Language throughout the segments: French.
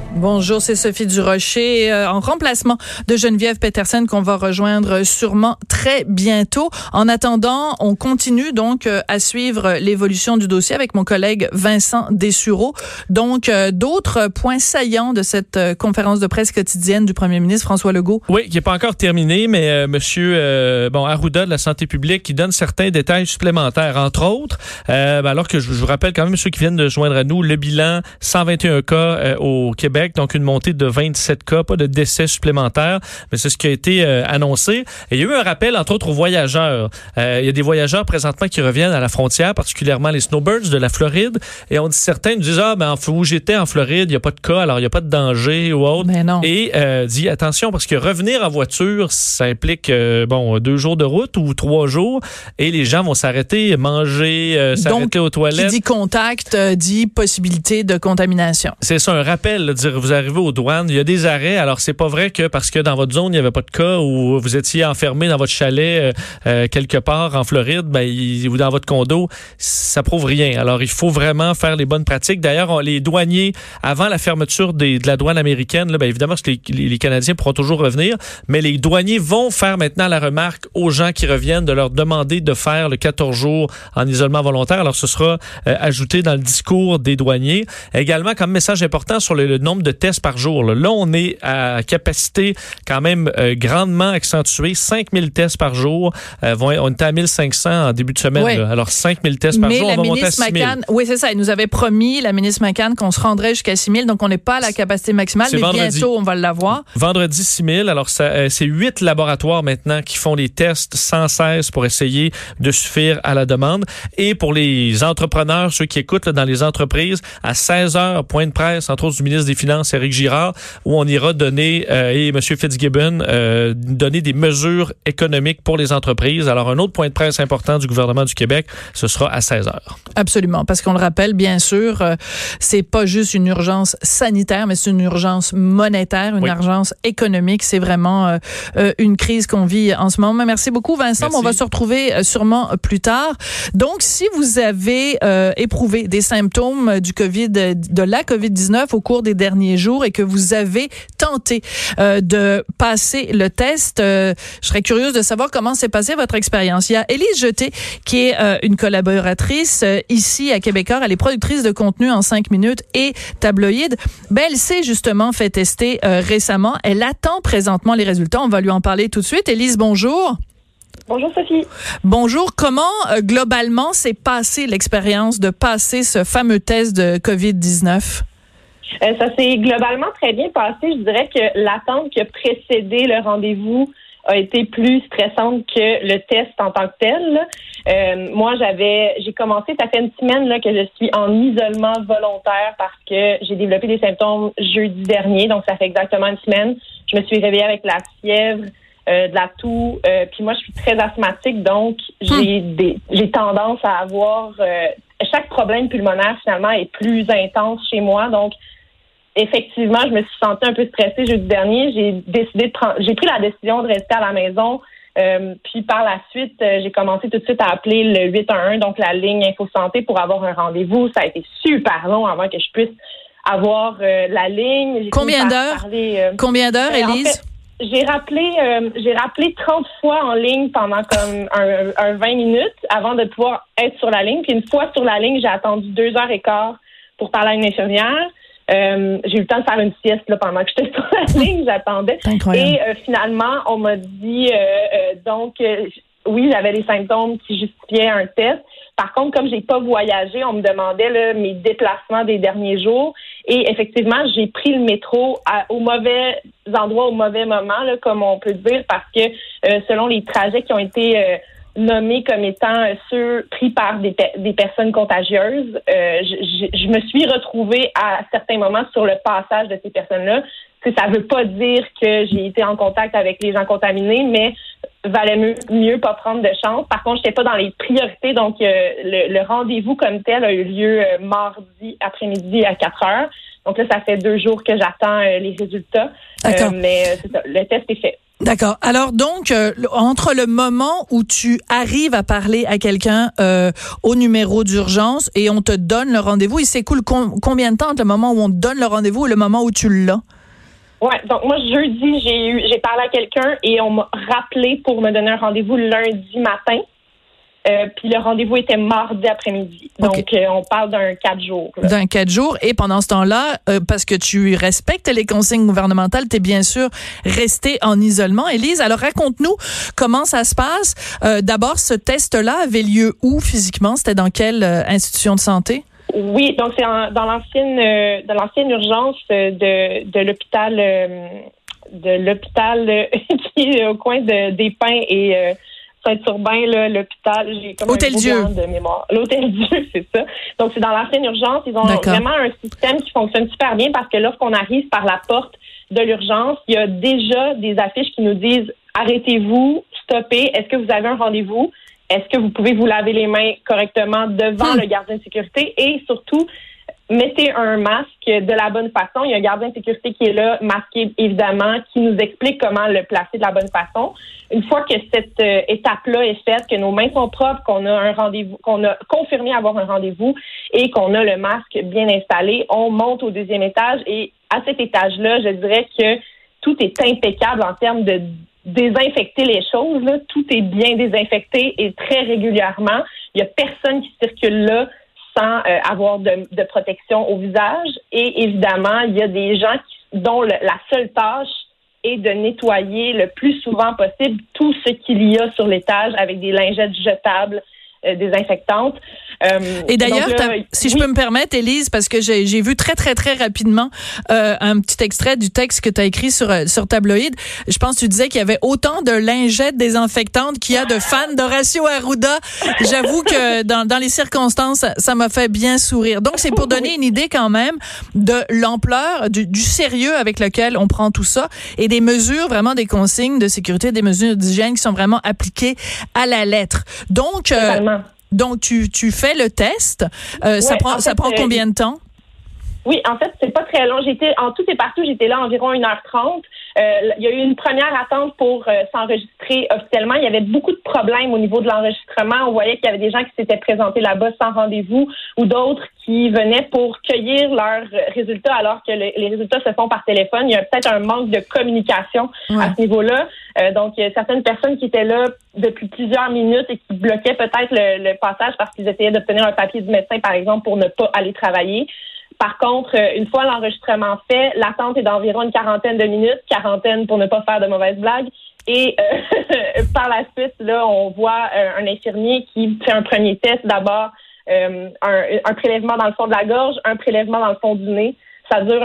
Bonjour, c'est Sophie Durocher, en remplacement de Geneviève Petersen qu'on va rejoindre sûrement très bientôt. En attendant, on continue donc à suivre l'évolution du dossier avec mon collègue Vincent Dessureau. Donc, d'autres points saillants de cette conférence de presse quotidienne du premier ministre François Legault. Oui, qui n'est pas encore terminé, mais monsieur Arruda de la Santé publique qui donne certains détails supplémentaires, entre autres, alors que je vous rappelle quand même ceux qui viennent de joindre à nous, le bilan, 121 cas au Québec, donc une montée de 27 cas, pas de décès supplémentaires, mais c'est ce qui a été annoncé. Et il y a eu un rappel, entre autres, aux voyageurs. Il y a des voyageurs présentement qui reviennent à la frontière, particulièrement les snowbirds de la Floride, et on dit certains nous disent où j'étais en Floride, il n'y a pas de cas, alors il n'y a pas de danger ou autre. Mais non. Et dit attention, parce que revenir en voiture, ça implique 2 jours de route ou 3 jours, et les gens vont s'arrêter, manger, s'arrêter aux toilettes. Qui dit contact, dit possibilité de contamination. C'est ça, un rappel, là, dire vous arrivez aux douanes, il y a des arrêts, alors c'est pas vrai que parce que dans votre zone, il n'y avait pas de cas ou vous étiez enfermé dans votre chalet quelque part en Floride, ou dans votre condo, ça prouve rien. Alors, il faut vraiment faire les bonnes pratiques. D'ailleurs, les douaniers, avant la fermeture de la douane américaine, là, évidemment, parce que les Canadiens pourront toujours revenir, mais les douaniers vont faire maintenant la remarque aux gens qui reviennent de leur demander de faire le 14 jours en isolement volontaire. Alors, ce sera ajouté dans le discours des douaniers. Également, comme message important sur le nombre de tests par jour. Là, on est à capacité quand même grandement accentuée. 5000 tests par jour. On était à 1500 en début de semaine. Oui. Alors, 5000 tests par jour, on va monter à 6000. Oui, c'est ça. Elle nous avait promis, la ministre McCann, qu'on se rendrait jusqu'à 6000. Donc, on n'est pas à la capacité maximale, mais vendredi. Bientôt, on va l'avoir. Vendredi, 6000. Alors, c'est 8 laboratoires maintenant qui font les tests sans cesse pour essayer de suffire à la demande. Et pour les entrepreneurs, ceux qui écoutent dans les entreprises, à 16h, point de presse, entre autres du ministre des Finances, Éric Girard, où on ira donner, et M. Fitzgibbon, donner des mesures économiques pour les entreprises. Alors, un autre point de presse important du gouvernement du Québec, ce sera à 16h. Absolument, parce qu'on le rappelle, bien sûr, c'est pas juste une urgence sanitaire, mais c'est une urgence monétaire, une urgence économique. C'est vraiment une crise qu'on vit en ce moment. Merci beaucoup, Vincent. Merci. On va se retrouver sûrement plus tard. Donc, si vous avez éprouvé des symptômes de la COVID-19 au cours des derniers jours et que vous avez tenté de passer le test, je serais curieuse de savoir comment s'est passée votre expérience. Il y a Élise Jeté, qui est une collaboratrice ici à Québécois. Elle est productrice de contenu en 5 minutes et tabloïd. Elle s'est justement fait tester récemment. Elle attend présentement les résultats. On va lui en parler tout de suite. Élise, bonjour. Bonjour Sophie. Bonjour. Comment globalement s'est passée l'expérience de passer ce fameux test de COVID-19? Ça s'est globalement très bien passé. Je dirais que l'attente qui a précédé le rendez-vous a été plus stressante que le test en tant que tel. Moi, j'ai commencé, ça fait une semaine là, que je suis en isolement volontaire parce que j'ai développé des symptômes jeudi dernier, donc ça fait exactement une semaine. Je me suis réveillée avec la fièvre, de la toux, puis moi, je suis très asthmatique, donc j'ai tendance à avoir... chaque problème pulmonaire, finalement, est plus intense chez moi, donc effectivement, je me suis sentie un peu stressée jeudi dernier. J'ai pris la décision de rester à la maison. Puis par la suite, j'ai commencé tout de suite à appeler le 811, donc la ligne Info Santé, pour avoir un rendez-vous. Ça a été super long avant que je puisse avoir la ligne. Combien d'heures? Combien d'heures, Élise? En fait, j'ai rappelé 30 fois en ligne pendant comme un 20 minutes avant de pouvoir être sur la ligne. Puis une fois sur la ligne, j'ai attendu 2h15 pour parler à une infirmière. J'ai eu le temps de faire une sieste là, pendant que j'étais sur la ligne, j'attendais. Et finalement, on m'a dit oui, j'avais des symptômes qui justifiaient un test. Par contre, comme j'ai pas voyagé, on me demandait là, mes déplacements des derniers jours. Et effectivement, j'ai pris le métro au mauvais endroit, au mauvais moment, là, comme on peut dire, parce que selon les trajets qui ont été nommés comme étant ceux pris par des personnes contagieuses, je me suis retrouvée à certains moments sur le passage de ces personnes-là. Ça veut pas dire que j'ai été en contact avec les gens contaminés, mais valait mieux pas prendre de chance. Par contre, j'étais pas dans les priorités, donc le rendez-vous comme tel a eu lieu mardi après-midi à 4h. Donc là, ça fait 2 jours que j'attends les résultats. Mais c'est ça, le test est fait. D'accord. Alors donc, entre le moment où tu arrives à parler à quelqu'un au numéro d'urgence et on te donne le rendez-vous, il s'écoule combien de temps entre le moment où on te donne le rendez-vous et le moment où tu l'as? Ouais, donc moi jeudi, j'ai parlé à quelqu'un et on m'a rappelé pour me donner un rendez-vous lundi matin. Puis le rendez-vous était mardi après-midi. Donc, okay. On parle d'un 4 jours. Là. D'un 4 jours. Et pendant ce temps-là, parce que tu respectes les consignes gouvernementales, tu es bien sûr restée en isolement. Élise, alors raconte-nous comment ça se passe. D'abord, ce test-là avait lieu où physiquement? C'était dans quelle institution de santé? Oui, donc c'est dans l'ancienne urgence de l'hôpital qui est au coin des Pins et Saint-Urbain, là, l'hôpital, j'ai comme Hôtel-Dieu de mémoire. L'Hôtel-Dieu, c'est ça. Donc, c'est dans l'ancienne urgence. Ils ont vraiment un système qui fonctionne super bien parce que lorsqu'on arrive par la porte de l'urgence, il y a déjà des affiches qui nous disent « Arrêtez-vous, stoppez, est-ce que vous avez un rendez-vous? Est-ce que vous pouvez vous laver les mains correctement devant le gardien de sécurité? » Et surtout, mettez un masque de la bonne façon. Il y a un gardien de sécurité qui est là, masqué évidemment, qui nous explique comment le placer de la bonne façon. Une fois que cette étape-là est faite, que nos mains sont propres, qu'on a un rendez-vous, qu'on a confirmé avoir un rendez-vous et qu'on a le masque bien installé, on monte au deuxième étage et à cet étage-là, je dirais que tout est impeccable en termes de désinfecter les choses. Là. Tout est bien désinfecté et très régulièrement. Il n'y a personne qui circule là sans avoir de protection au visage. Et évidemment, il y a des gens dont la seule tâche est de nettoyer le plus souvent possible tout ce qu'il y a sur l'étage avec des lingettes jetables désinfectantes. Et d'ailleurs, si je peux me permettre, Élise, parce que j'ai vu très, très, très rapidement un petit extrait du texte que tu as écrit sur Tabloïd. Je pense que tu disais qu'il y avait autant de lingettes désinfectantes qu'il y a de fans d'Horacio Arruda. J'avoue que dans les circonstances, ça m'a fait bien sourire. Donc, c'est pour donner une idée quand même de l'ampleur, du sérieux avec lequel on prend tout ça et des mesures, vraiment des consignes de sécurité, des mesures d'hygiène qui sont vraiment appliquées à la lettre. Donc, tu fais le test. Ça prend combien de temps? Oui, en fait, c'est pas très long. En tout et partout, j'étais là environ 1h30. Il y a eu une première attente pour s'enregistrer officiellement. Il y avait beaucoup de problèmes au niveau de l'enregistrement. On voyait qu'il y avait des gens qui s'étaient présentés là-bas sans rendez-vous ou d'autres qui venaient pour cueillir leurs résultats alors que les résultats se font par téléphone. Il y a peut-être un manque de communication à ce niveau-là. Donc, il y a certaines personnes qui étaient là depuis plusieurs minutes et qui bloquaient peut-être le passage parce qu'ils essayaient d'obtenir un papier du médecin, par exemple, pour ne pas aller travailler. Par contre, une fois l'enregistrement fait, l'attente est d'environ une quarantaine de minutes, quarantaine pour ne pas faire de mauvaises blagues. Et par la suite, là, on voit un infirmier qui fait un premier test. D'abord, un prélèvement dans le fond de la gorge, un prélèvement dans le fond du nez. Ça dure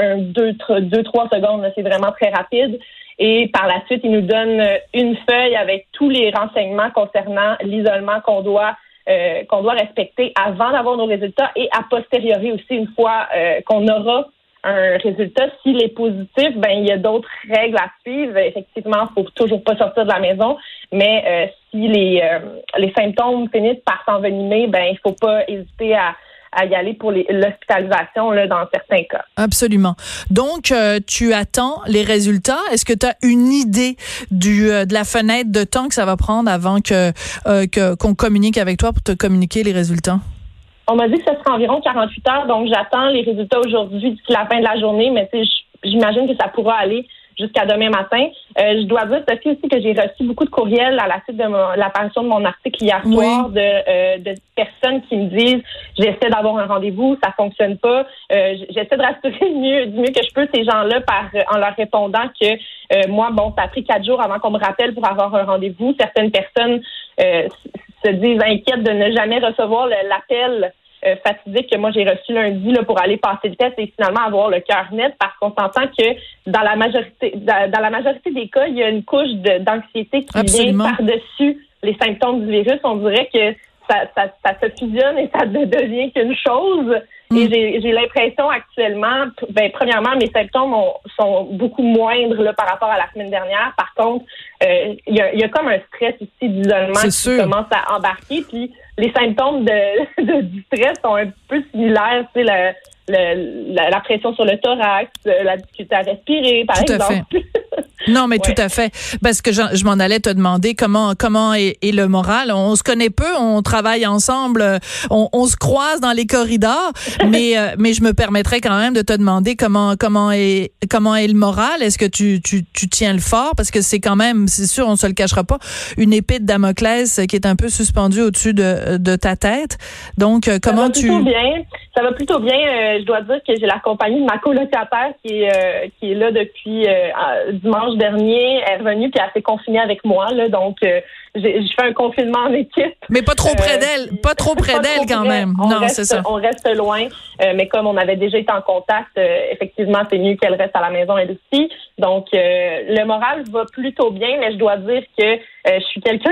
2-3 secondes. Là, c'est vraiment très rapide. Et par la suite, il nous donne une feuille avec tous les renseignements concernant l'isolement qu'on doit respecter avant d'avoir nos résultats et a posteriori aussi une fois qu'on aura un résultat. S'il est positif, il y a d'autres règles à suivre. Effectivement, il ne faut toujours pas sortir de la maison, mais si les symptômes finissent par s'envenimer, il ne faut pas hésiter à y aller pour l'hospitalisation là, dans certains cas. Absolument. Donc, tu attends les résultats. Est-ce que tu as une idée de la fenêtre de temps que ça va prendre avant qu'on communique avec toi pour te communiquer les résultats? On m'a dit que ce sera environ 48 heures, donc j'attends les résultats aujourd'hui d'ici la fin de la journée, mais j'imagine que ça pourra aller jusqu'à demain matin. Je dois dire, Sophie, aussi que j'ai reçu beaucoup de courriels à la suite de l'apparition de mon article hier soir de personnes qui me disent « J'essaie d'avoir un rendez-vous, ça fonctionne pas. » J'essaie de rassurer du mieux que je peux ces gens-là en leur répondant que moi, ça a pris 4 jours avant qu'on me rappelle pour avoir un rendez-vous. Certaines personnes se disent inquiètes de ne jamais recevoir l'appel fatidique que moi j'ai reçu lundi là, pour aller passer le test et finalement avoir le cœur net parce qu'on s'entend que dans la majorité des cas, il y a une couche d'anxiété qui vient par-dessus les symptômes du virus. On dirait que ça se fusionne et ça ne devient qu'une chose. Et j'ai l'impression actuellement, premièrement, mes symptômes sont beaucoup moindres là, par rapport à la semaine dernière. Par contre, il y a comme un stress ici d'isolement qui commence à embarquer. Puis les symptômes du stress sont un peu similaires. Tu sais, la pression sur le thorax, la difficulté à respirer, par exemple. Non, mais tout à fait. Parce que je m'en allais te demander comment est le moral. On se connaît peu, on travaille ensemble, on se croise dans les corridors, mais je me permettrais quand même de te demander comment est le moral. Est-ce que tu tiens le fort? Parce que c'est quand même, c'est sûr, on se le cachera pas, une épée de Damoclès qui est un peu suspendue au-dessus de ta tête. Donc, comment tu... Ça va plutôt bien. Je dois dire que j'ai la compagnie de ma colocataire qui est là depuis dimanche dernier. Elle est revenue puis elle s'est confinée avec moi. Là, donc, je fais un confinement en équipe. Mais pas trop près d'elle. Pas trop près d'elle quand même. Non, c'est ça. On reste loin. Mais comme on avait déjà été en contact, effectivement, c'est mieux qu'elle reste à la maison elle aussi. Donc, le moral va plutôt bien. Mais je dois dire que je suis quelqu'un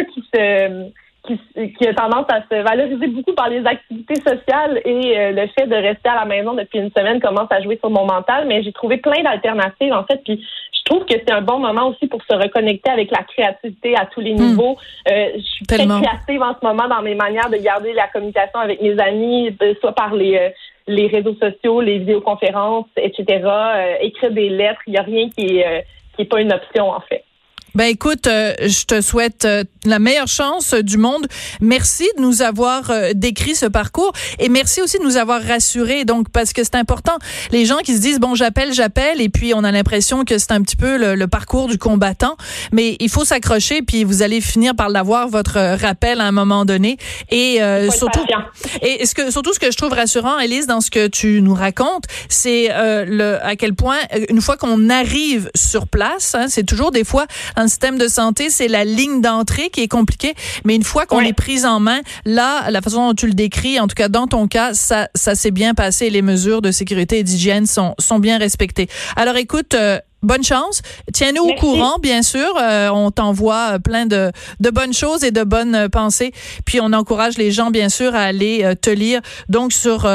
qui a tendance à se valoriser beaucoup par les activités sociales et le fait de rester à la maison depuis une semaine commence à jouer sur mon mental, mais j'ai trouvé plein d'alternatives en fait, puis je trouve que c'est un bon moment aussi pour se reconnecter avec la créativité à tous les niveaux. Je suis très créative en ce moment dans mes manières de garder la communication avec mes amis, soit par les réseaux sociaux, les vidéoconférences, etc. Écrire des lettres, il n'y a rien qui est pas une option en fait. Ben écoute, je te souhaite la meilleure chance du monde. Merci de nous avoir décrit ce parcours et merci aussi de nous avoir rassurés. Donc parce que c'est important, les gens qui se disent bon j'appelle et puis on a l'impression que c'est un petit peu le parcours du combattant, mais il faut s'accrocher puis vous allez finir par l'avoir votre rappel à un moment donné et surtout ce que je trouve rassurant, Élise, dans ce que tu nous racontes, c'est à quel point une fois qu'on arrive sur place, hein, c'est toujours des fois dans le système de santé, c'est la ligne d'entrée qui est compliquée, mais une fois qu'on est prise en main, là, la façon dont tu le décris, en tout cas dans ton cas, ça s'est bien passé, les mesures de sécurité et d'hygiène sont bien respectées. Alors écoute, bonne chance. Tiens-nous au courant, bien sûr. On t'envoie plein de bonnes choses et de bonnes pensées. Puis on encourage les gens, bien sûr, à aller te lire donc sur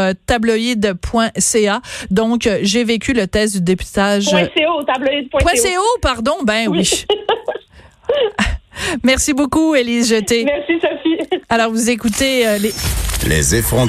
tabloïd.ca. Donc, j'ai vécu le test du dépistage. .co, tabloïd.co. .co, pardon. Ben oui. Merci beaucoup, Élise Jeté. Merci, Sophie. Alors, vous écoutez Les effrontés.